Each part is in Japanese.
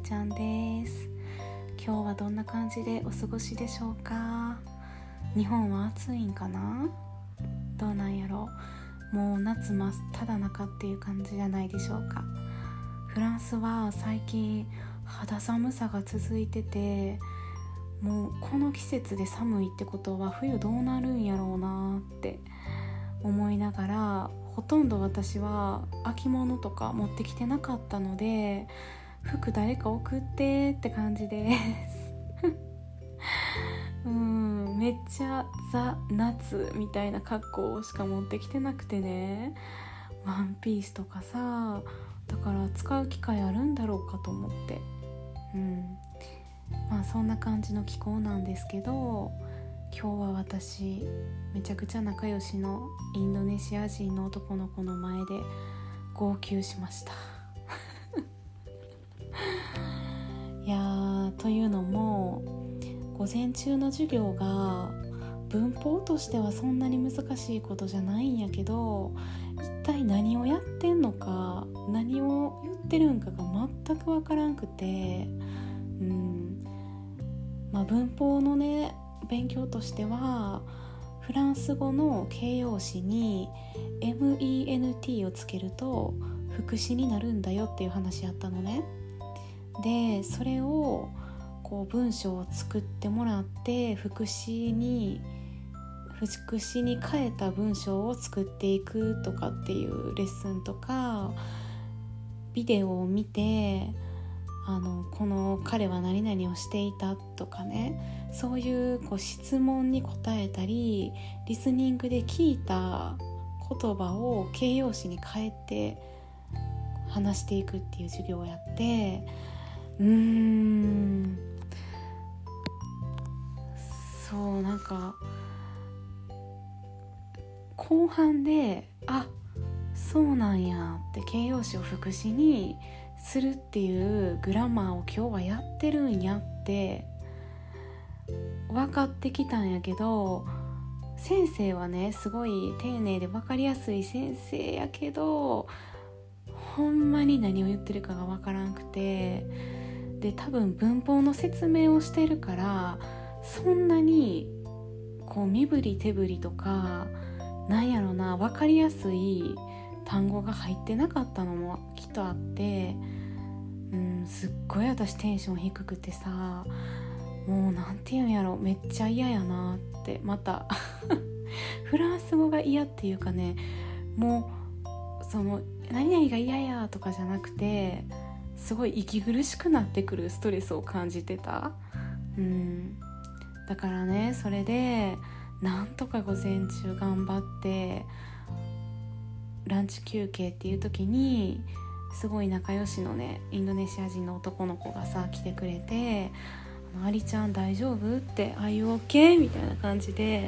ちゃんです。今日はどんな感じでお過ごしでしょうか。日本は暑いんかな、どうなんやろ。もう夏真っただ中っていう感じじゃないでしょうか。フランスは最近肌寒さが続いてて、もうこの季節で寒いってことは冬どうなるんやろうなって思いながら、ほとんど私は秋物とか持ってきてなかったので、服誰か送ってって感じですめっちゃザ・夏みたいな格好しか持ってきてなくてね、ワンピースとかさ、だから使う機会あるんだろうかと思って、まあそんな感じの気候なんですけど、今日は私めちゃくちゃ仲良しのインドネシア人の男の子の前で号泣しましたいやというのも、午前中の授業が文法としてはそんなに難しいことじゃないんやけど、一体何をやってんのか、何を言ってるんかが全くわからんくて、文法のね勉強としては、フランス語の形容詞に MENT をつけると副詞になるんだよっていう話やったのね。でそれをこう文章を作ってもらって、副詞に変えた文章を作っていくとかっていうレッスンとか、ビデオを見てこの彼は何々をしていたとかね、そういう質問に答えたり、リスニングで聞いた言葉を形容詞に変えて話していくっていう授業をやって、そうなんか後半でそうなんやって、形容詞を副詞にするっていうグラマーを今日はやってるんやって分かってきたんやけど、先生はねすごい丁寧で分かりやすい先生やけど、ほんまに何を言ってるかが分からんくて、で多分文法の説明をしてるから、そんなに身振り手振りとかなんやろな、分かりやすい単語が入ってなかったのもきっとあって、すっごい私テンション低くてさ、もうなんていうんやろ、めっちゃ嫌やなって、またフランス語が嫌っていうかね、もうその何々が嫌やとかじゃなくて、すごい息苦しくなってくるストレスを感じてた。だからね、それでなんとか午前中頑張って、ランチ休憩っていう時にすごい仲良しのねインドネシア人の男の子がさ来てくれて、ありちゃん大丈夫って、Are you okay? みたいな感じで、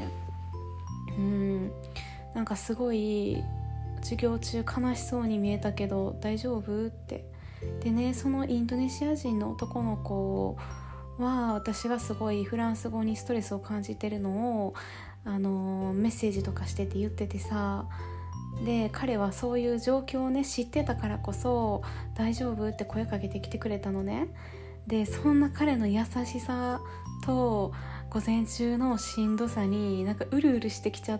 なんかすごい授業中悲しそうに見えたけど大丈夫って。でね、そのインドネシア人の男の子は、私がすごいフランス語にストレスを感じてるのをメッセージとかしてて言っててさ、で彼はそういう状況をね知ってたからこそ大丈夫って声かけてきてくれたのね。でそんな彼の優しさと午前中のしんどさになんかうるうるしてきちゃって、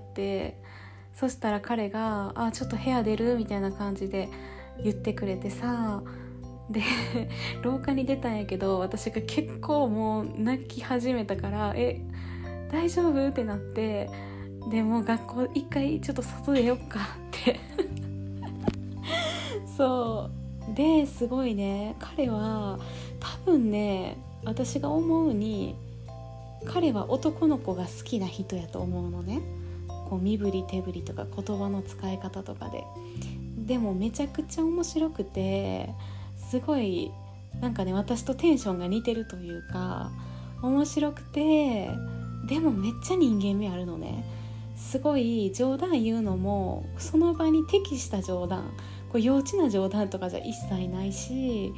そしたら彼がちょっと部屋出るみたいな感じで言ってくれてさ、で廊下に出たんやけど、私が結構もう泣き始めたから、大丈夫ってなって、でもう学校一回ちょっと外出よっかってそうですごいね、彼は多分ね、私が思うに彼は男の子が好きな人やと思うのね。身振り手振りとか言葉の使い方とかでもめちゃくちゃ面白くて、すごいなんかね、私とテンションが似てるというか面白くて、でもめっちゃ人間味あるのね。すごい冗談言うのもその場に適した冗談、幼稚な冗談とかじゃ一切ないし、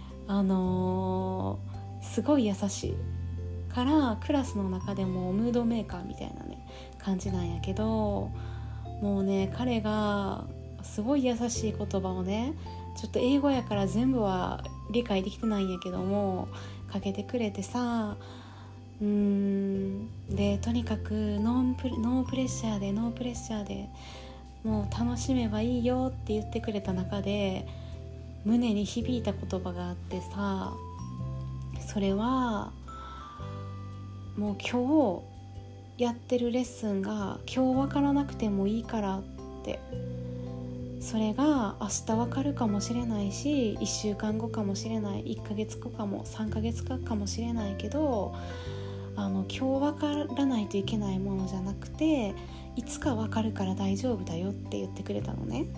すごい優しいからクラスの中でもムードメーカーみたいなね感じなんやけど、もうね彼がすごい優しい言葉をね、ちょっと英語やから全部は理解できてないんやけどもかけてくれてさ、でとにかくノープレッシャーでもう楽しめばいいよって言ってくれた中で胸に響いた言葉があってさ、それはもう今日やってるレッスンが今日分からなくてもいいからって、それが明日分かるかもしれないし1週間後かもしれない、1ヶ月後かも3ヶ月後かもしれないけど、今日分からないといけないものじゃなくていつか分かるから大丈夫だよって言ってくれたのね。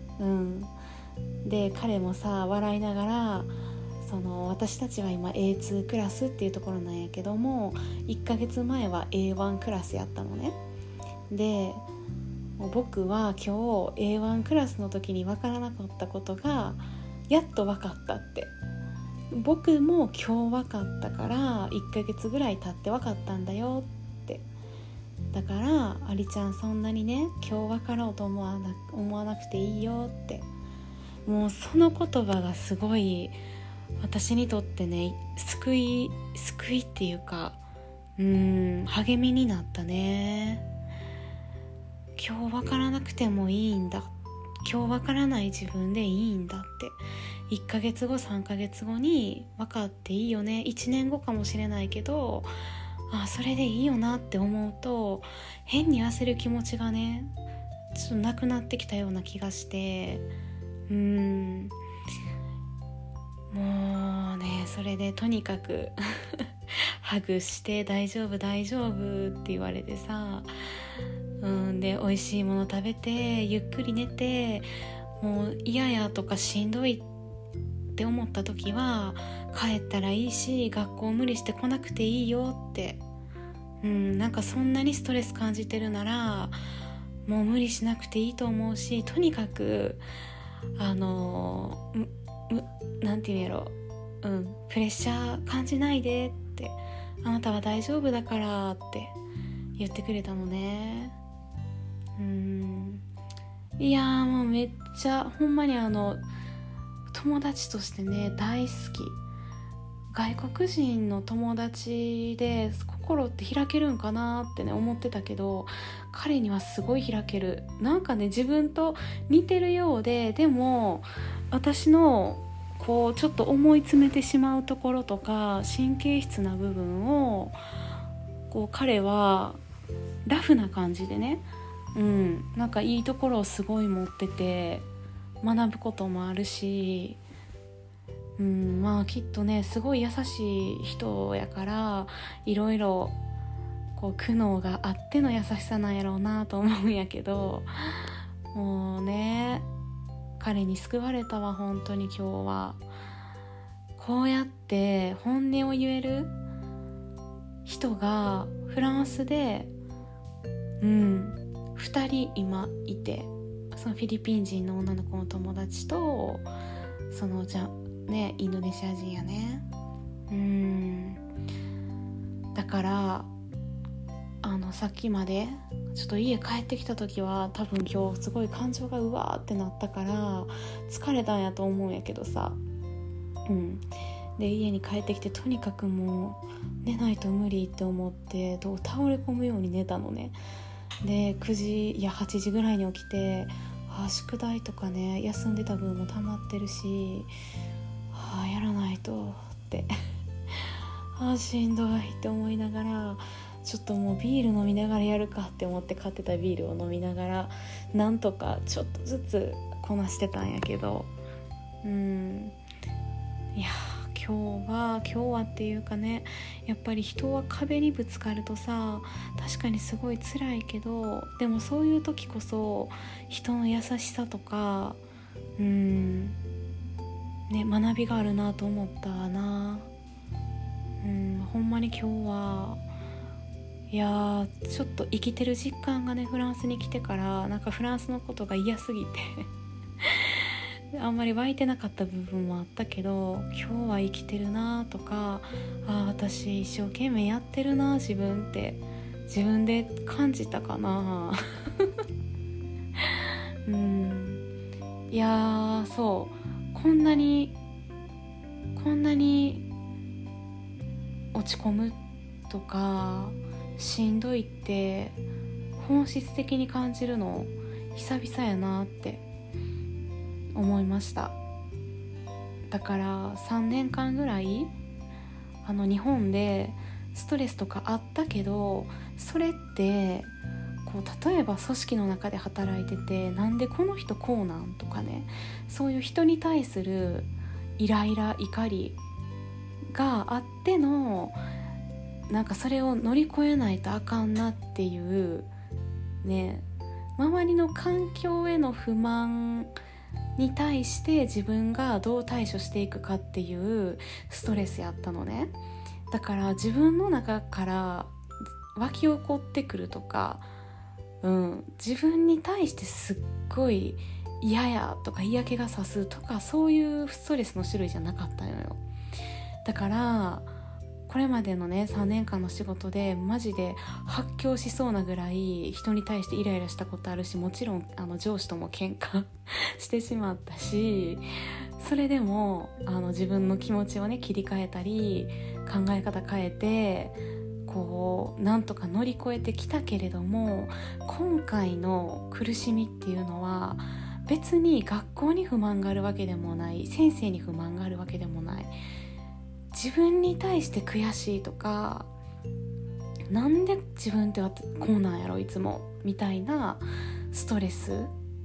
で彼もさ笑いながら、私たちは今 A2 クラスっていうところなんやけども1ヶ月前は A1 クラスやったのね。で僕は今日 A1 クラスの時に分からなかったことがやっと分かったって、僕も今日分かったから1ヶ月ぐらい経って分かったんだよって。だからアリちゃんそんなにね今日分かろうと思わなくていいよって、もうその言葉がすごい私にとってね救いっていうか励みになったね。今日分からなくてもいいんだ、今日分からない自分でいいんだって、1ヶ月後3ヶ月後に分かっていいよね、1年後かもしれないけどそれでいいよなって思うと変に焦る気持ちがねちょっとなくなってきたような気がして、もうねそれでとにかくハグして大丈夫って言われてさ、で美味しいもの食べてゆっくり寝て、もう嫌やとかしんどいって思った時は帰ったらいいし学校無理して来なくていいよって、なんかそんなにストレス感じてるならもう無理しなくていいと思うし、とにかくなんていうんやろ、プレッシャー感じないでって、あなたは大丈夫だからって言ってくれたのね。いやーもうめっちゃほんまに友達としてね大好き。外国人の友達で心って開けるんかなってね思ってたけど、彼にはすごい開ける。なんかね自分と似てるようで、でも私のこうちょっと思い詰めてしまうところとか神経質な部分をこう彼はラフな感じでね、なんかいいところをすごい持ってて学ぶこともあるし、まあきっとねすごい優しい人やからいろいろこう苦悩があっての優しさなんやろうなと思うんやけど、もうね彼に救われたわ本当に今日は。こうやって本音を言える人がフランスで2人今いて、そのフィリピン人の女の子の友達とそのインドネシア人やね。だからさっきまでちょっと家帰ってきた時は多分今日すごい感情がうわーってなったから疲れたんやと思うんやけどさ、で家に帰ってきてとにかくもう寝ないと無理って思って倒れ込むように寝たのね。で8時ぐらいに起きて宿題とかね休んでた分も溜まってるしやらないとってしんどいって思いながらちょっともうビール飲みながらやるかって思って買ってたビールを飲みながらなんとかちょっとずつこなしてたんやけど、いや今日はっていうかね、やっぱり人は壁にぶつかるとさ確かにすごい辛いけど、でもそういう時こそ人の優しさとか学びがあるなと思ったな。ほんまに今日はいやちょっと生きてる実感がねフランスに来てからなんかフランスのことが嫌すぎてあんまり湧いてなかった部分もあったけど、今日は生きてるなとか私一生懸命やってるな自分って自分で感じたかな。いやそうこんなにこんなに落ち込むとかしんどいって本質的に感じるの久々やなって思いました。だから3年間ぐらい日本でストレスとかあったけど、それってこう例えば組織の中で働いてて、なんでこの人こうなんとかね、そういう人に対するイライラ怒りがあっての、なんかそれを乗り越えないとあかんなっていうね、周りの環境への不満に対して自分がどう対処していくかっていうストレスやったのね。だから自分の中から湧き起こってくるとか、自分に対してすっごい嫌やとか嫌気がさすとか、そういうストレスの種類じゃなかったのよ。だからこれまでのね3年間の仕事でマジで発狂しそうなぐらい人に対してイライラしたことあるし、もちろん上司とも喧嘩してしまったし、それでも自分の気持ちをね切り替えたり考え方変えてこうなんとか乗り越えてきたけれども、今回の苦しみっていうのは別に学校に不満があるわけでもない、先生に不満があるわけでもない、自分に対して悔しいとか、なんで自分ってこうなんやろいつもみたいなストレス、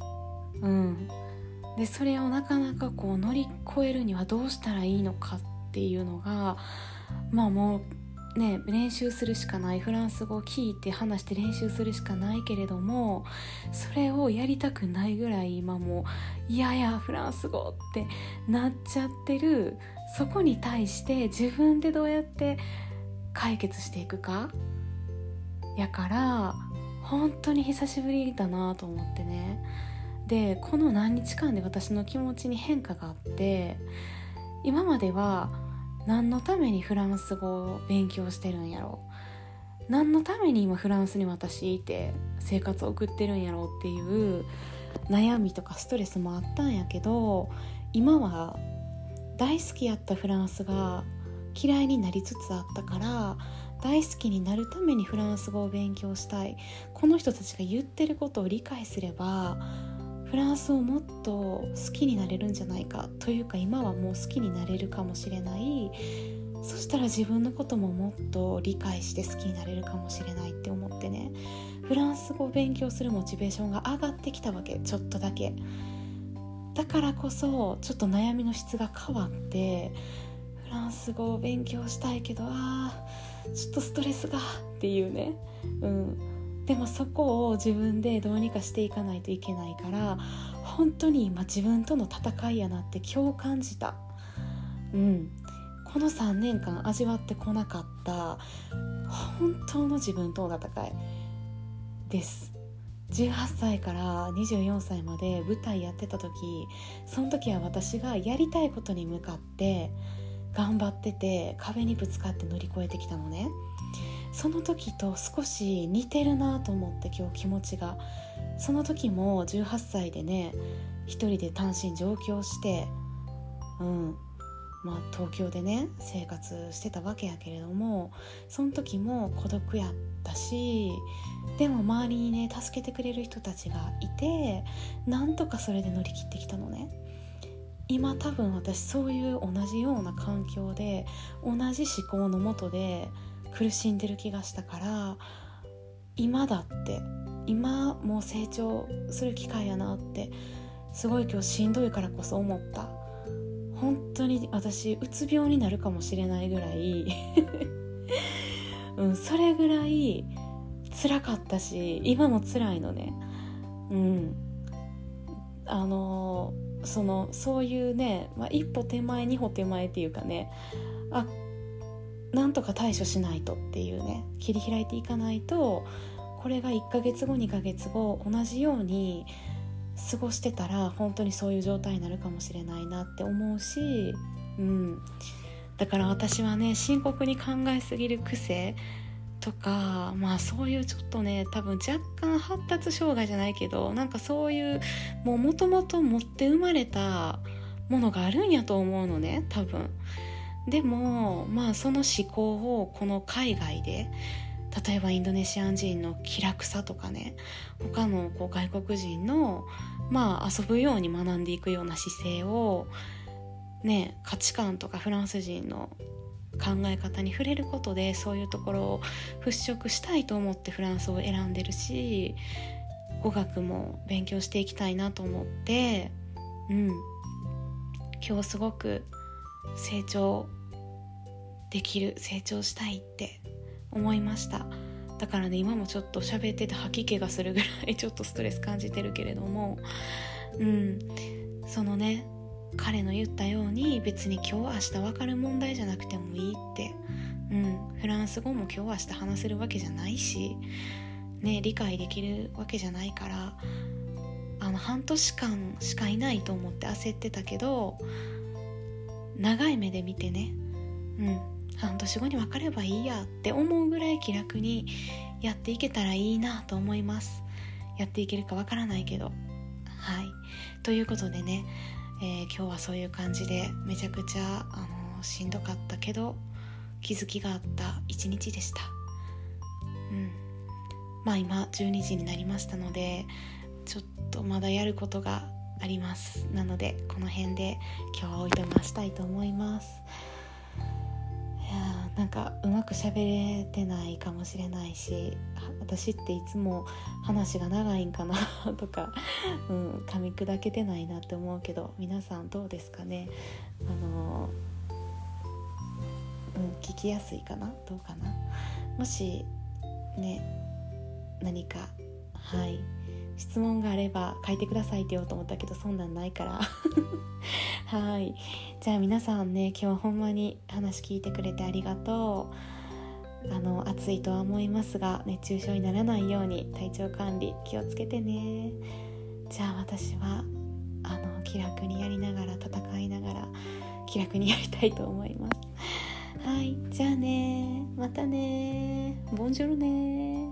でそれをなかなかこう乗り越えるにはどうしたらいいのかっていうのが、もうね練習するしかない、フランス語を聞いて話して練習するしかないけれども、それをやりたくないぐらい今もういやいやフランス語ってなっちゃってる。そこに対して自分でどうやって解決していくかやから、本当に久しぶりだなと思ってね。でこの何日間で私の気持ちに変化があって、今までは何のためにフランス語を勉強してるんやろ、何のために今フランスに私いて生活を送ってるんやろっていう悩みとかストレスもあったんやけど、今は大好きやったフランスが嫌いになりつつあったから、大好きになるためにフランス語を勉強したい、この人たちが言ってることを理解すればフランスをもっと好きになれるんじゃないかというか、今はもう好きになれるかもしれない、そしたら自分のことももっと理解して好きになれるかもしれないって思ってね、フランス語を勉強するモチベーションが上がってきたわけ、ちょっとだけ。だからこそちょっと悩みの質が変わって、フランス語を勉強したいけどちょっとストレスがっていうね、でもそこを自分でどうにかしていかないといけないから、本当に今自分との戦いやなって今日感じた。この3年間味わってこなかった本当の自分との戦いです。18歳から24歳まで舞台やってた時、その時は私がやりたいことに向かって頑張ってて、壁にぶつかって乗り越えてきたのね。その時と少し似てるなと思って、今日気持ちが。その時も18歳でね一人で単身上京して、東京でね生活してたわけやけれども、その時も孤独やったし、でも周りにね助けてくれる人たちがいて、なんとかそれで乗り切ってきたのね。今多分私そういう同じような環境で同じ思考のもとで苦しんでる気がしたから、今もう成長する機会やなってすごい今日しんどいからこそ思った。本当に私うつ病になるかもしれないぐらいそれぐらい辛かったし、今も辛いのね。そういうね、一歩手前二歩手前っていうかね、なんとか対処しないとっていうね、切り開いていかないと、これが1ヶ月後2ヶ月後同じように過ごしてたら本当にそういう状態になるかもしれないなって思うし、だから私はね深刻に考えすぎる癖とか、そういうちょっとね多分若干発達障害じゃないけど、なんかそういうもともと持って生まれたものがあるんやと思うのね、多分。でもその思考をこの海外で、例えばインドネシア人の気楽さとかね、他の外国人の遊ぶように学んでいくような姿勢をね、価値観とかフランス人の考え方に触れることで、そういうところを払拭したいと思ってフランスを選んでるし、語学も勉強していきたいなと思って、今日すごく成長したいって思いました。だからね、今もちょっと喋ってて吐き気がするぐらいちょっとストレス感じてるけれども、そのね、彼の言ったように、別に今日明日分かる問題じゃなくてもいいって、フランス語も今日明日話せるわけじゃないしね、理解できるわけじゃないから、半年間しかいないと思って焦ってたけど、長い目で見てね、半年後に分かればいいやって思うぐらい気楽にやっていけたらいいなと思います。やっていけるか分からないけど、ということでね、今日はそういう感じで、めちゃくちゃしんどかったけど気づきがあった一日でした。今12時になりましたので、ちょっとまだやることがあります。なのでこの辺で今日はおいとましたいと思います。なんかうまく喋れてないかもしれないし、私っていつも話が長いんかなとか、噛み砕けてないなって思うけど、皆さんどうですかね。聞きやすいかな、どうかな。もしね、何か質問があれば書いてくださいって言おうと思ったけど、そんなんないからじゃあ皆さんね、今日ほんまに話聞いてくれてありがとう。暑いとは思いますが、熱中症にならないように体調管理気をつけてね。じゃあ私は気楽にやりながら、戦いながら気楽にやりたいと思います。じゃあね、またね、ボンジョルね。